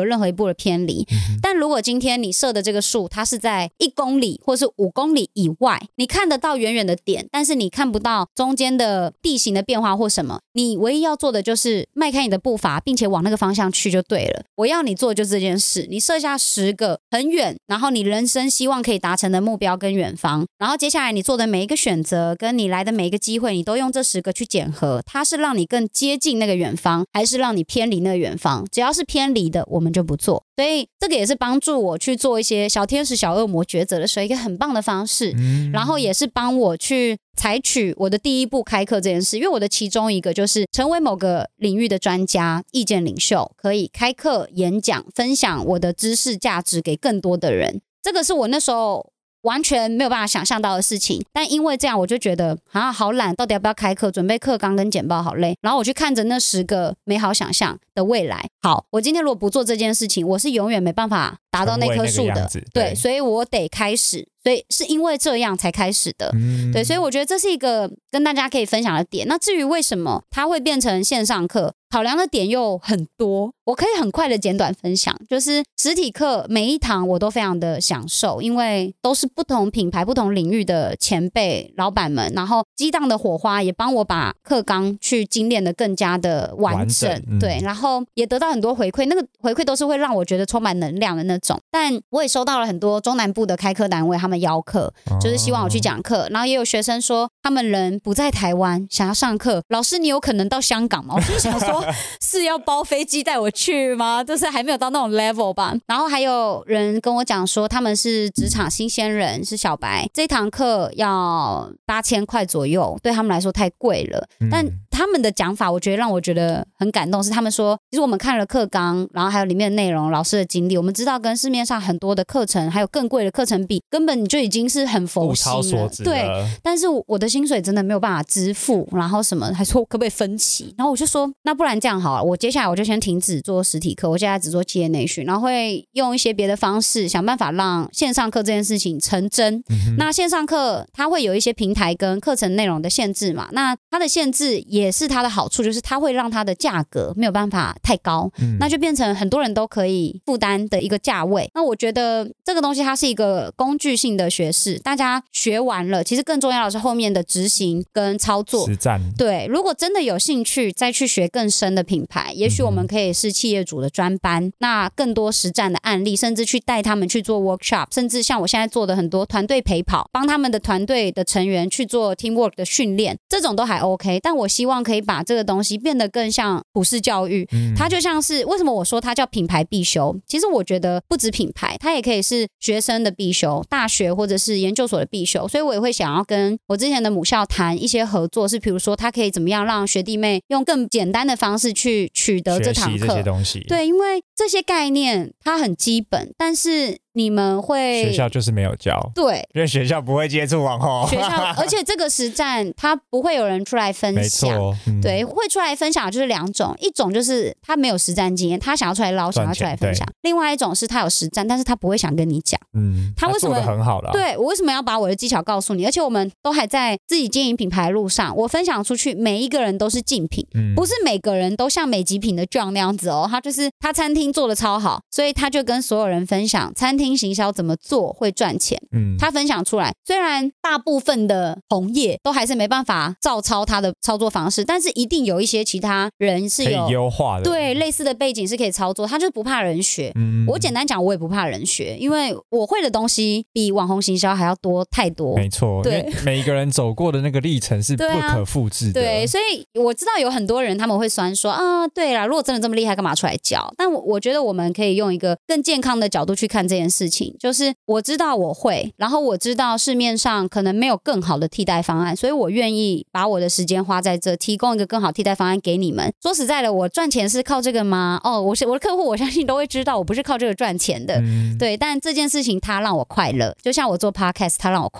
A: 度的偏离、嗯、但如果今天你设的这个树它是在一公里或是五公里以外，你看得到远远的点，但是你看不到中间的地形的变化或什么，你唯一要做的就是迈开你的步伐并且往那个方向去就对了。我要你做的就是这件事，你设下十个很远然后你人生希望可以达成的目标跟远方，然后接下来你做的每一个选择跟你来的每一个机会，你都用这十个去检核，它是让你更接近那个远方还是让你偏离那个远方，只要是偏离的我们就不做。所以这个也是帮助我去做一些小天使小恶魔抉择的时候一个很棒的方式、嗯、然后也是帮我去采取我的第一步开课这件事，因为我的其中一个就是成为某个领域的专家意见领袖，可以开课演讲分享我的知识价值给更多的人，这个是我那时候完全没有办法想象到的事情。但因为这样我就觉得啊好懒，到底要不要开课，准备课纲跟简报好累，然后我去看着那十个美好想象的未来。好，我今天如果不做这件事情，我是永远没办法达到那棵树的， 对, 对，所以我得开始，所以是因为这样才开始的、嗯、对，所以我觉得这是一个跟大家可以分享的点。那至于为什么它会变成线上课，考量的点又很多，我可以很快的简短分享。就是实体课每一堂我都非常的享受，因为都是不同品牌不同领域的前辈老板们，然后激荡的火花也帮我把课纲去精炼的更加的完整, 完整、嗯、对，然后也得到很多回馈，那个回馈都是会让我觉得充满能量的那种。但我也收到了很多中南部的开课单位他们邀课，就是希望我去讲课，然后也有学生说他们人不在台湾想要上课，老师你有可能到香港吗？我就想说是要包飞机带我去吗？就是还没有到那种 level 吧。然后还有人跟我讲说他们是职场新鲜人，是小白，这堂课要八千块左右，对他们来说太贵了、嗯、但他们的讲法我觉得让我觉得很感动，是他们说其实我们看了课纲，然后还有里面的内容老师的经历，我们知道跟市面上很多的课程还有更贵的课程比，根本就已经是很佛心了，物超所值了。对，但是我的薪水真的没有办法支付，然后什么还说可不可以分期，然后我就说那不然这样好了，我接下来我就先停止做实体课，我现在只做企业内训，然后会用一些别的方式想办法让线上课这件事情成真、嗯、那线上课它会有一些平台跟课程内容的限制嘛，那它的限制也是它的好处，就是它会让它的价格没有办法太高、嗯、那就变成很多人都可以负担的一个价位。那我觉得这个东西它是一个工具性的学识，大家学完了其实更重要的是后面的执行跟操作
C: 实战。
A: 对，如果真的有兴趣再去学更深的品牌，也许我们可以是企业主的专班、嗯、那更多实战的案例，甚至去带他们去做 workshop， 甚至像我现在做的很多团队陪跑，帮他们的团队的成员去做 teamwork 的训练，这种都还 OK。 但我希望可以把这个东西变得更像普世教育、嗯、它就像是为什么我说它叫品牌必修，其实我觉得不止品牌，它也可以是学生的必修，大学或者是研究所的必修。所以我也会想要跟我之前的母校谈一些合作，是比如说它可以怎么样让学弟妹用更简单的方式去取得这堂课，
C: 学习这些东西。
A: 对，因为这些概念它很基本，但是你们会
C: 学校就是没有教，
A: 对，
C: 因为学校不会接触网红，
A: 学校而且这个实战它不会有人出来分享，没错、嗯、对，会出来分享就是两种，一种就是他没有实战经验，他想要出来捞，想要出来分享；另外一种是他有实战，但是他不会想跟你讲，嗯，他为什么
C: 他做得很好了？
A: 对，我为什么要把我的技巧告诉你？而且我们都还在自己经营品牌的路上，我分享出去，每一个人都是竞品、嗯、不是每个人都像美极品的 John 那样子哦，他就是他餐厅做的超好，所以他就跟所有人分享餐厅行销怎么做会赚钱、嗯、他分享出来，虽然大部分的同业都还是没办法照抄他的操作方式，但是一定有一些其他人是有
C: 可以优化的，
A: 对，类似的背景是可以操作，他就是不怕人学、嗯、我简单讲我也不怕人学，因为我会的东西比网红行销还要多太多，
C: 没错，对，因为每一个人走过的那个历程是不可复制的，
A: 对、啊、对，所以我知道有很多人他们会酸说啊，对啦，如果真的这么厉害干嘛出来教，但我我觉得我们可以用一个更健康的角度去看这件事情，就是我知道我会，然后我知道市面上可能没有更好的替代方案，所以我愿意把我的时间花在这，提供一个更好替代方案给你们。说实在的，我赚钱是靠这个吗？哦，我是我的客户，我相信都会知道我不是靠这个赚钱的、嗯、对，但这件事情它让我快乐，就像我做 podcast 它让我快乐，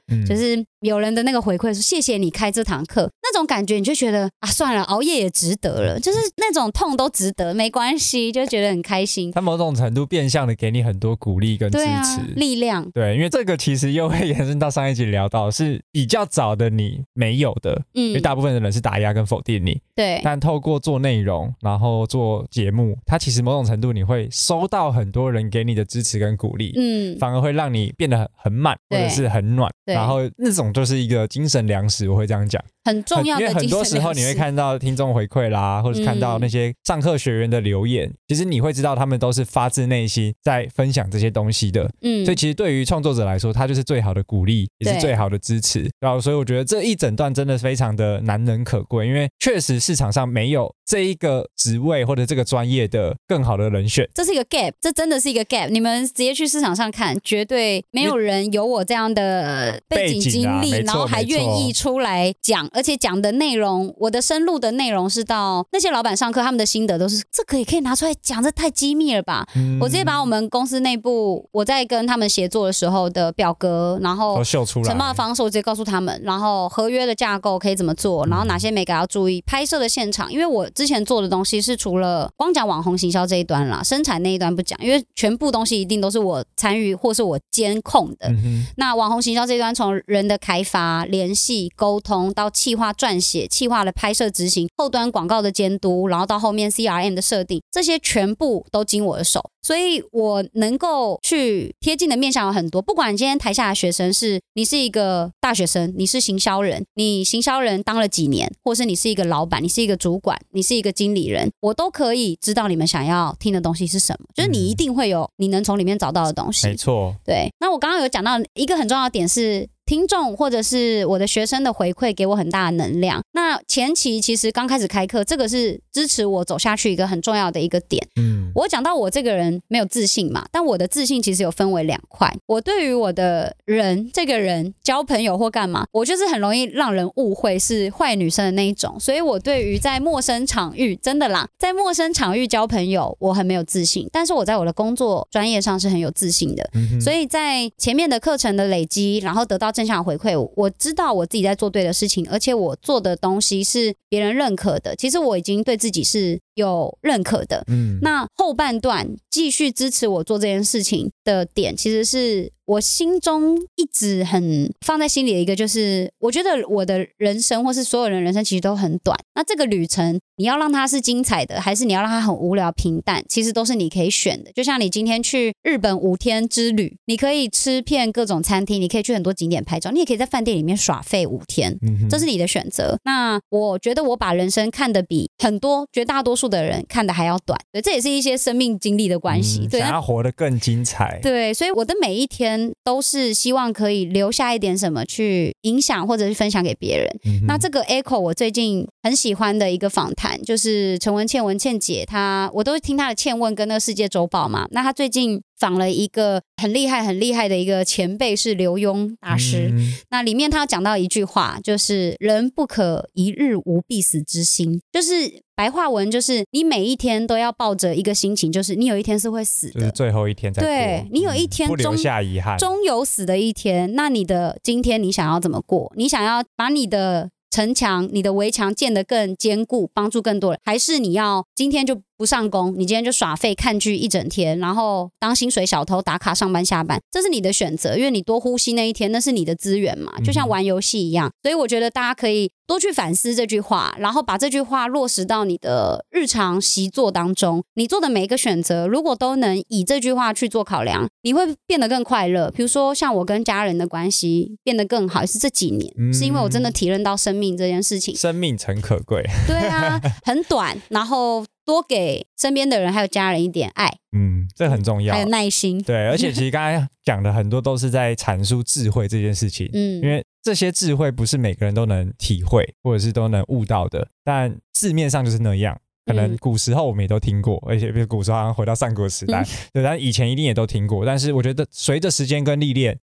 A: 嗯、就是有人的那个回馈说谢谢你开这堂课，那种感觉你就觉得啊算了，熬夜也值得了，就是那种痛都值得，没关系，就觉得很开心。
C: 它某种程度变相的给你很多鼓励跟支持、啊、
A: 力量。
C: 对，因为这个其实又会延伸到上一集聊到是比较早的你没有的，嗯，因为大部分的人是打压跟否定你，
A: 对，
C: 但透过做内容然后做节目，它其实某种程度你会收到很多人给你的支持跟鼓励，嗯，反而会让你变得很很满或者是很暖，然后那种就是一个精神粮食，我会这样讲，
A: 很重要的精神粮食。因为
C: 很多时候你会看到听众回馈啦，或者看到那些上课学员的留言、嗯、其实你会知道他们都是发自内心在分享这些东西的，嗯，所以其实对于创作者来说，它就是最好的鼓励，也是最好的支持。然后所以我觉得这一整段真的非常的难能可贵，因为确实市场上没有这一个职位或者这个专业的更好的人选，
A: 这是一个 gap， 这真的是一个 gap。你们直接去市场上看，绝对没有人有我这样的背景经历、啊、然后还愿意出来讲，而且讲的内容，我的深入的内容是到那些老板上课他们的心得都是这个也可以拿出来讲，这太机密了吧、嗯、我直接把我们公司内部我在跟他们协作的时候的表格然后
C: 都秀出来，
A: 承包的方式我直接告诉他们，然后合约的架构可以怎么做，然后哪些美感要注意，拍摄的现场，因为我之前做的东西是除了光讲网红行销这一端啦，生产那一端不讲，因为全部东西一定都是我参与或是我监控的、嗯、那网红行销这一端从人的开发联系沟通到企划撰写企划的拍摄执行后端广告的监督，然后到后面 C R M 的设定，这些全部都经我的手，所以我能够去贴近的面向有很多，不管你今天台下的学生是你是一个大学生，你是行销人，你行销人当了几年，或是你是一个老板，你是一个主管，你是一个经理人，我都可以知道你们想要听的东西是什么，就是你一定会有你能从里面找到的东西、
C: 嗯、没错。
A: 对，那我刚刚有讲到一个很重要的点是听众或者是我的学生的回馈给我很大的能量，那前期其实刚开始开课，这个是支持我走下去一个很重要的一个点。嗯，我讲到我这个人没有自信嘛，但我的自信其实有分为两块，我对于我的人这个人交朋友或干嘛，我就是很容易让人误会是坏女生的那一种，所以我对于在陌生场域真的啦，在陌生场域交朋友我很没有自信，但是我在我的工作专业上是很有自信的、嗯、所以在前面的课程的累积，然后得到正向的回馈，我知道我自己在做对的事情，而且我做的东西是别人认可的，其实我已经对自己是有认可的。嗯，那后半段继续支持我做这件事情的点，其实是我心中一直很放在心里的一个，就是我觉得我的人生或是所有人的人生其实都很短，那这个旅程你要让它是精彩的，还是你要让它很无聊平淡，其实都是你可以选的。就像你今天去日本五天之旅，你可以吃遍各种餐厅，你可以去很多景点拍照，你也可以在饭店里面耍废五天、嗯、这是你的选择。那我觉得我把人生看得比很多绝大多数的人看得还要短，对，这也是一些生命经历的关系、嗯、对，
C: 想要活得更精彩。
A: 对，所以我的每一天都是希望可以留下一点什么去影响或者是分享给别人、嗯、那这个 Echo 我最近很喜欢的一个访谈就是陈文茜文茜姐，她我都听她的倩问跟那个世界周报嘛，那她最近访了一个很厉害很厉害的一个前辈是刘墉大师、嗯、那里面他讲到一句话，就是人不可一日无必死之心，就是白话文就是你每一天都要抱着一个心情，就是你有一天是会死的，
C: 就是最后一天再过，
A: 对，你有一天、嗯、
C: 不留下遗憾，
A: 终有死的一天，那你的今天你想要怎么过？你想要把你的城墙你的围墙建得更坚固，帮助更多人，还是你要今天就不上工，你今天就耍废看剧一整天，然后当薪水小偷打卡上班下班，这是你的选择，因为你多呼吸那一天那是你的资源嘛，就像玩游戏一样、嗯、所以我觉得大家可以多去反思这句话，然后把这句话落实到你的日常习作当中，你做的每一个选择如果都能以这句话去做考量，你会变得更快乐。比如说像我跟家人的关系变得更好，也是这几年、嗯、是因为我真的体认到生命这件事情，
C: 生命诚可贵，
A: 对啊，很短，然后多给身边的人还有家人一点爱，
C: 嗯，这很重要，
A: 还有耐心。
C: 对，而且其实刚才讲的很多都是在阐述智慧这件事情，嗯，因为这些智慧不是每个人都能体会或者是都能悟到的，但字面上就是那样。可能古时候我们也都听过，而且比如古时候好像回到上古时代、嗯、对，但以前一定也都听过，但是我觉得随着时间跟历练，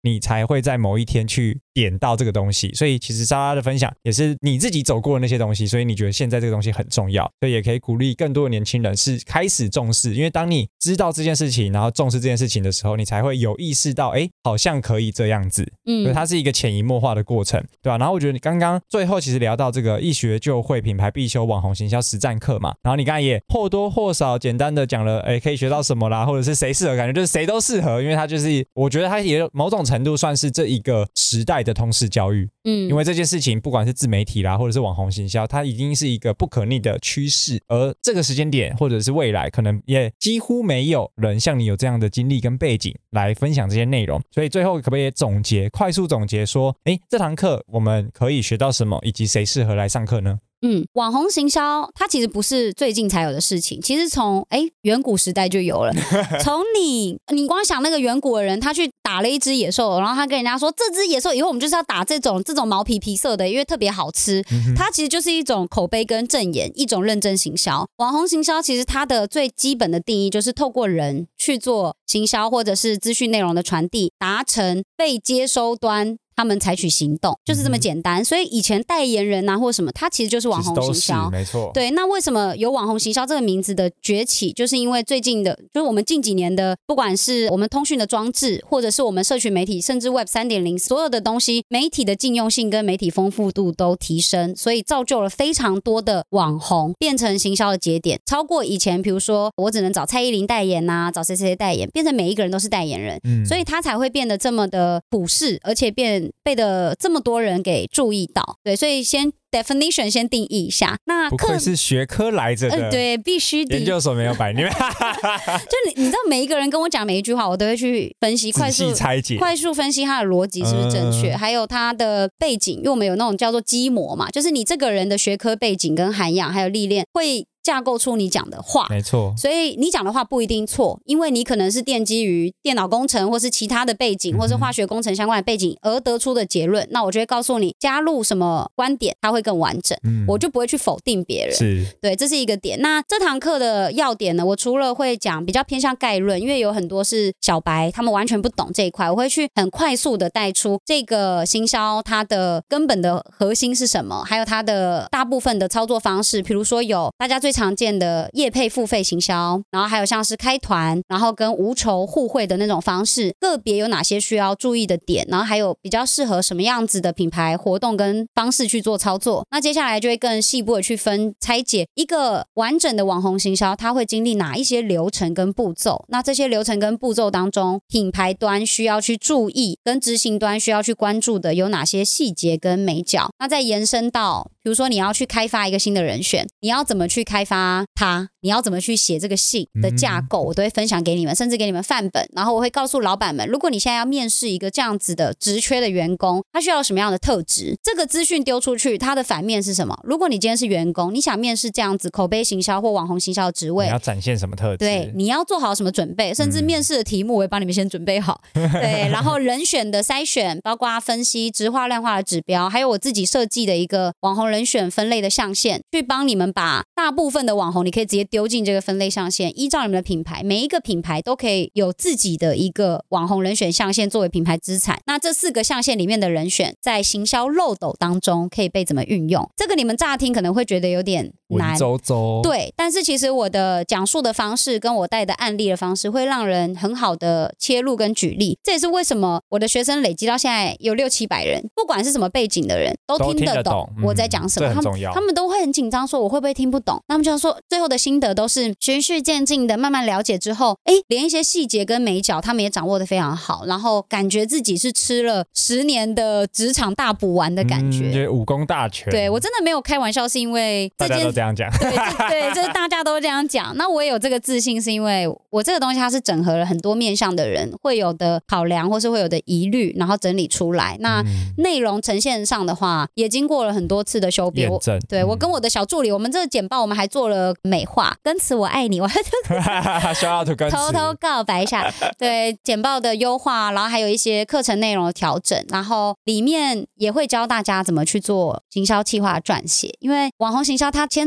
C: 你才会在某一天去点到这个东西。所以其实莎拉的分享也是你自己走过的那些东西，所以你觉得现在这个东西很重要，所以也可以鼓励更多的年轻人是开始重视。因为当你知道这件事情，然后重视这件事情的时候，你才会有意识到哎，好像可以这样子。嗯，所以它是一个潜移默化的过程，对吧？然后我觉得你刚刚最后其实聊到这个一学就会品牌必修网红行销实战课嘛，然后你刚才也或多或少简单的讲了哎，可以学到什么啦，或者是谁适合，感觉就是谁都适合，因为它就是我觉得它也某种程度算是这一个时代的通识教育。嗯，因为这件事情不管是自媒体啦或者是网红行销，它已经是一个不可逆的趋势，而这个时间点或者是未来可能也几乎没有人像你有这样的经历跟背景来分享这些内容。所以最后可不可以总结快速总结说诶这堂课我们可以学到什么，以及谁适合来上课呢？
A: 嗯，网红行销它其实不是最近才有的事情，其实从哎远古时代就有了。从你你光想那个远古的人，他去打了一只野兽，然后他跟人家说这只野兽以后我们就是要打这种这种毛皮皮色的，因为特别好吃。嗯、它其实就是一种口碑跟正言，一种认真行销。网红行销其实它的最基本的定义就是透过人去做行销或者是资讯内容的传递，达成被接收端他们采取行动，就是这么简单。嗯、所以以前代言人啊或什么，它其实就是网红行销，
C: 没错。
A: 对，那为什么有网红行销这个名字的崛起，就是因为最近的，就是我们近几年的，不管是我们通讯的装置，或者是我们社群媒体，甚至 Web 三点零 所有的东西，媒体的禁用性跟媒体丰富度都提升，所以造就了非常多的网红变成行销的节点，超过以前，比如说我只能找蔡依林代言啊，找谁谁谁代言，变成每一个人都是代言人，嗯、所以他才会变得这么的普世，而且变被的这么多人给注意到。对，所以先 definition 先定义一下。那
C: 不愧是学科来着的，
A: 呃、对，必须的。
C: 研究所没有摆你们，
A: 就你你知道每一个人跟我讲每一句话，我都会去分析，快速
C: 拆解，
A: 快速分析他的逻辑是不是正确，嗯、还有他的背景，因为我们有那种叫做基模嘛，就是你这个人的学科背景跟涵养还有历练会架构出你讲的话，
C: 没错。
A: 所以你讲的话不一定错，因为你可能是奠基于电脑工程或是其他的背景，嗯、或是化学工程相关的背景而得出的结论。那我就会告诉你，加入什么观点，它会更完整。嗯、我就不会去否定别人。
C: 是，
A: 对，这是一个点。那这堂课的要点呢，我除了会讲比较偏向概论，因为有很多是小白，他们完全不懂这一块，我会去很快速的带出这个行销它的根本的核心是什么，还有它的大部分的操作方式，比如说有大家最常见的业配付费行销，然后还有像是开团，然后跟无酬互惠的那种方式，个别有哪些需要注意的点，然后还有比较适合什么样子的品牌活动跟方式去做操作。那接下来就会更细部的去分拆解一个完整的网红行销，它会经历哪一些流程跟步骤，那这些流程跟步骤当中，品牌端需要去注意跟执行端需要去关注的有哪些细节跟美角，那再延伸到比如说你要去开发一个新的人选，你要怎么去开发他，你要怎么去写这个信的架构，我都会分享给你们，甚至给你们范本。然后我会告诉老板们，如果你现在要面试一个这样子的职缺的员工，他需要什么样的特质，这个资讯丢出去，它的反面是什么。如果你今天是员工，你想面试这样子口碑行销或网红行销的职位，
C: 你要展现什么特质，
A: 对，你要做好什么准备，甚至面试的题目我会帮你们先准备好。对，然后人选的筛选，包括分析质化量化的指标，还有我自己设计的一个网红人选分类的象限，去帮你们把大部分的网红你可以直接丢进这个分类象限，依照你们的品牌，每一个品牌都可以有自己的一个网红人选象限作为品牌资产。那这四个象限里面的人选在行销漏斗当中可以被怎么运用，这个你们乍听可能会觉得有点难，
C: 文绉绉，
A: 对，但是其实我的讲述的方式跟我带的案例的方式会让人很好的切入跟举例，这也是为什么我的学生累积到现在有六七百人，不管是什么背景的人都听得懂我在讲什么，
C: 嗯、这很重要。
A: 他们他们都会很紧张说我会不会听不懂，他们就说最后的心得都是循序渐进的慢慢了解之后，诶，连一些细节跟美角他们也掌握得非常好，然后感觉自己是吃了十年的职场大补丸的感觉，
C: 嗯、就是武功大全。
A: 对，我真的没有开玩笑，是因为
C: 大家都这样讲，
A: 对对，就是大家都这样讲。那我也有这个自信，是因为我这个东西它是整合了很多面向的人会有的考量或是会有的疑虑，然后整理出来。那内容呈现上的话，也经过了很多次的修编。对、嗯、我跟我的小助理，我们这个简报我们还做了美化，跟词我爱你，我偷偷告白一下。对，简报的优化，然后还有一些课程内容的调整，然后里面也会教大家怎么去做行销企划撰写，因为网红行销它牵扯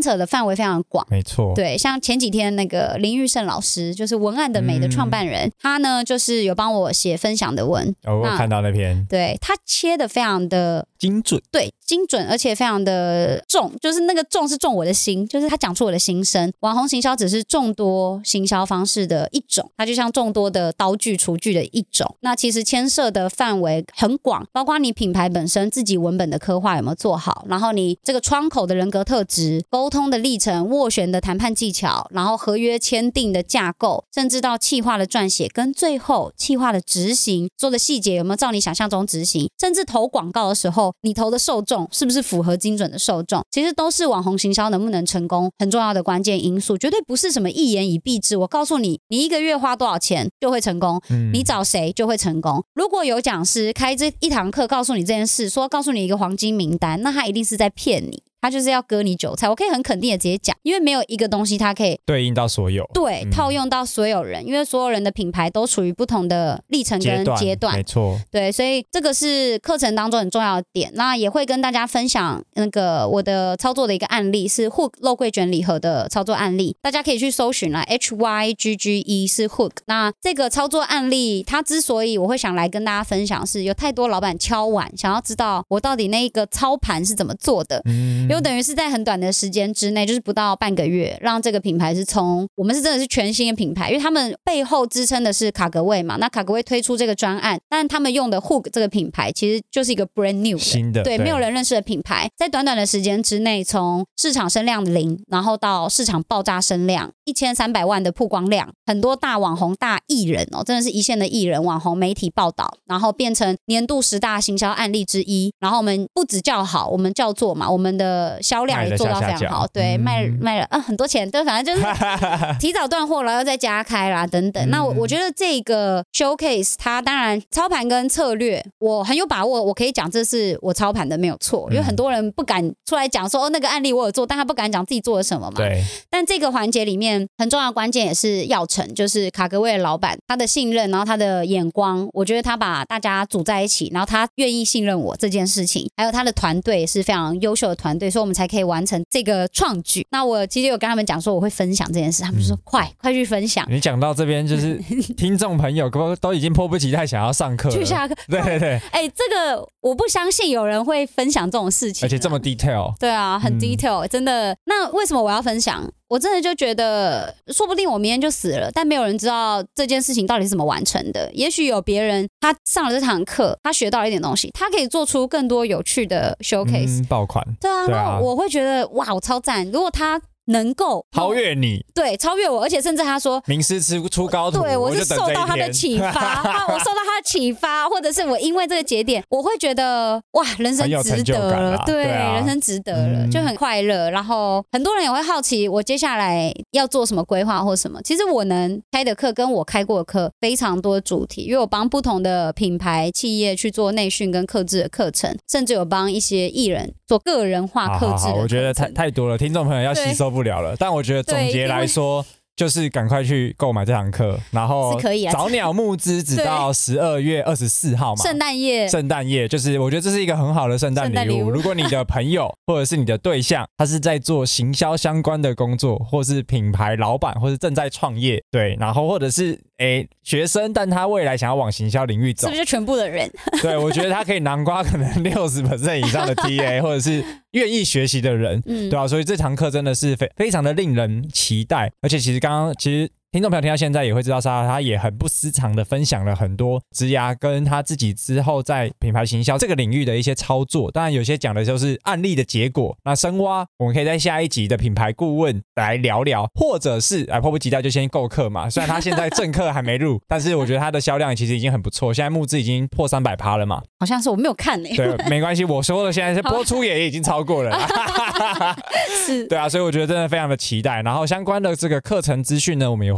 A: 扯的范围非常广。
C: 没错，
A: 对，像前几天那个林玉胜老师，就是文案的美的创办人，嗯、他呢就是有帮我写分享的文。
C: 哦，我看到那篇，
A: 对他切的非常的
C: 精准，
A: 对，精准，而且非常的重，就是那个重是重我的心，就是他讲出我的心声。网红行销只是众多行销方式的一种，它就像众多的刀具厨具的一种，那其实牵涉的范围很广，包括你品牌本身自己文本的刻画有没有做好，然后你这个窗口的人格特质、沟通的历程、斡旋的谈判技巧，然后合约签订的架构，甚至到企划的撰写跟最后企划的执行做的细节有没有照你想象中执行，甚至投广告的时候你投的受众是不是符合精准的受众，其实都是网红行销能不能成功很重要的关键因素，绝对不是什么一言以蔽之，我告诉你你一个月花多少钱就会成功、嗯、你找谁就会成功。如果有讲师开这一堂课告诉你这件事，说告诉你一个黄金名单，那他一定是在骗你，他就是要割你韭菜。我可以很肯定的直接讲，因为没有一个东西它可以
C: 对应到所有，
A: 对、嗯、套用到所有人，因为所有人的品牌都处于不同的历程跟阶段，
C: 阶段没错，
A: 对，所以这个是课程当中很重要的点。那也会跟大家分享那个我的操作的一个案例，是 Hook 肉桂卷礼盒的操作案例，大家可以去搜寻啦 H Y G G E 是 Hook。 那这个操作案例它之所以我会想来跟大家分享，是有太多老板敲碗想要知道我到底那个操盘是怎么做的，嗯，因为等于是在很短的时间之内，就是不到半个月，让这个品牌是从我们是真的是全新的品牌，因为他们背后支撑的是卡格味嘛，那卡格味推出这个专案，但他们用的 Hook 这个品牌其实就是一个 brand new 的
C: 新的，
A: 对, 对没有人认识的品牌，在短短的时间之内，从市场声量零，然后到市场爆炸声量一千三百万的曝光量，很多大网红大艺人哦，真的是一线的艺人网红媒体报道，然后变成年度十大行销案例之一。然后我们不只叫好，我们叫做嘛，我们的销量也做到非常好，对，嗯、卖卖了、啊、很多钱，对，反正就是提早断货了，要再加开啦等等。那我我觉得这个 showcase 它当然操盘跟策略我很有把握，我可以讲这是我操盘的没有错，因为很多人不敢出来讲说哦那个案例我有做，但他不敢讲自己做了什么嘛。
C: 对。
A: 但这个环节里面很重要的关键也是要成，就是卡格味的老板他的信任，然后他的眼光，我觉得他把大家组在一起，然后他愿意信任我这件事情，还有他的团队是非常优秀的团队，所以我们才可以完成这个创举。那我其实有跟他们讲说我会分享这件事，他们就说、嗯、快快去分享。
C: 你讲到这边就是听众朋友都已经迫不及待想要上课了，
A: 去下课。
C: 对对对，
A: 哎、欸，这个我不相信有人会分享这种事情、啊，
C: 而且这么 detail。
A: 对啊，很 detail、嗯、真的。那为什么我要分享？我真的就觉得说不定我明天就死了，但没有人知道这件事情到底是怎么完成的。也许有别人他上了这堂课，他学到了一点东西，他可以做出更多有趣的 showcase、嗯、
C: 爆款。
A: 对啊，对啊，那我会觉得哇我超赞。如果他能够
C: 超越你，
A: 对，超越我，而且甚至他说
C: 名师出高徒，
A: 对，我是受到他
C: 的
A: 启发我受到他的启发，或者是我因为这个节点，我会觉得哇，人生值得了，对，对啊、人生值得了、嗯，就很快乐。然后很多人也会好奇我接下来要做什么规划或什么。其实我能开的课跟我开过的课非常多主题，因为我帮不同的品牌企业去做内训跟客制的课程，甚至有帮一些艺人做个人化客制的课程。好好好，
C: 我觉得太太多了，听众朋友要吸收不了了。但我觉得总结来说，就是赶快去购买这堂课，然后早鸟募资只到十二月二十四号嘛，
A: 圣诞夜，
C: 圣诞夜就是我觉得这是一个很好的圣诞礼物。如果你的朋友或者是你的对象，他是在做行销相关的工作，或是品牌老板，或是正在创业，对，然后或者是诶学生，但他未来想要往行销领域走，
A: 是不是全部的人？
C: 对，我觉得他可以囊括可能 百分之六十 以上的 T A 或者是愿意学习的人，嗯，对啊，所以这堂课真的是非非常的令人期待。而且其实刚刚其实听众朋友听到现在也会知道，莎拉她也很不私藏的分享了很多职涯跟她自己之后在品牌行销这个领域的一些操作。当然有些讲的就是案例的结果，那深挖我们可以在下一集的品牌顾问来聊聊，或者是哎迫不及待就先购课嘛。虽然他现在正课还没入，但是我觉得他的销量其实已经很不错，现在募资已经破 百分之三百 了嘛。
A: 好像是我没有看欸。
C: 对，没关系，我说的现在是播出也已经超过了啦。是，对啊，所以我觉得真的非常的期待。然后相关的这个课程资讯呢，我们也会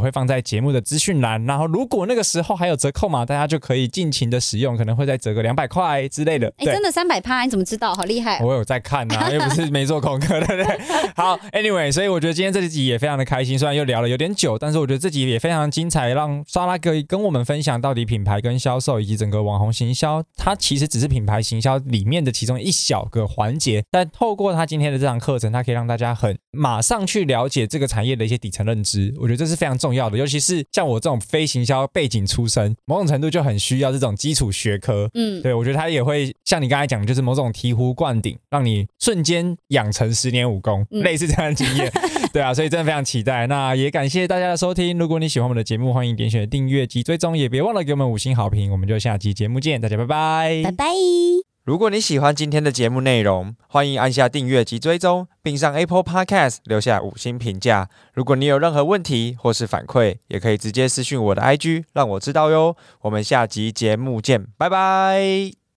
C: 会放在节目的资讯栏，然后如果那个时候还有折扣码，大家就可以尽情的使用，可能会再折个两百块之类的。
A: 哎，真的三百趴，你怎么知道？好厉害、哦！
C: 我有在看啊，又不是没做功课，对不对？好 ，anyway， 所以我觉得今天这集也非常的开心，虽然又聊了有点久，但是我觉得这集也非常精彩，让莎拉可以跟我们分享到底品牌跟销售以及整个网红行销，它其实只是品牌行销里面的其中一小个环节，但透过他今天的这堂课程，它可以让大家很马上去了解这个产业的一些底层认知，我觉得这是非常重要的，尤其是像我这种非行销背景出身，某种程度就很需要这种基础学科。嗯，对，我觉得它也会像你刚才讲的，就是某种醍醐灌顶，让你瞬间养成十年武功，嗯、类似这样的经验。对啊，所以真的非常期待。那也感谢大家的收听，如果你喜欢我们的节目，欢迎点选订阅及追踪，也别忘了给我们五星好评。我们就下期节目见，大家拜拜，
A: 拜拜。
B: 如果你喜欢今天的节目内容，欢迎按下订阅及追踪，并上 Apple Podcast 留下五星评价。如果你有任何问题或是反馈，也可以直接私讯我的 I G 让我知道哟。我们下集节目见，拜拜。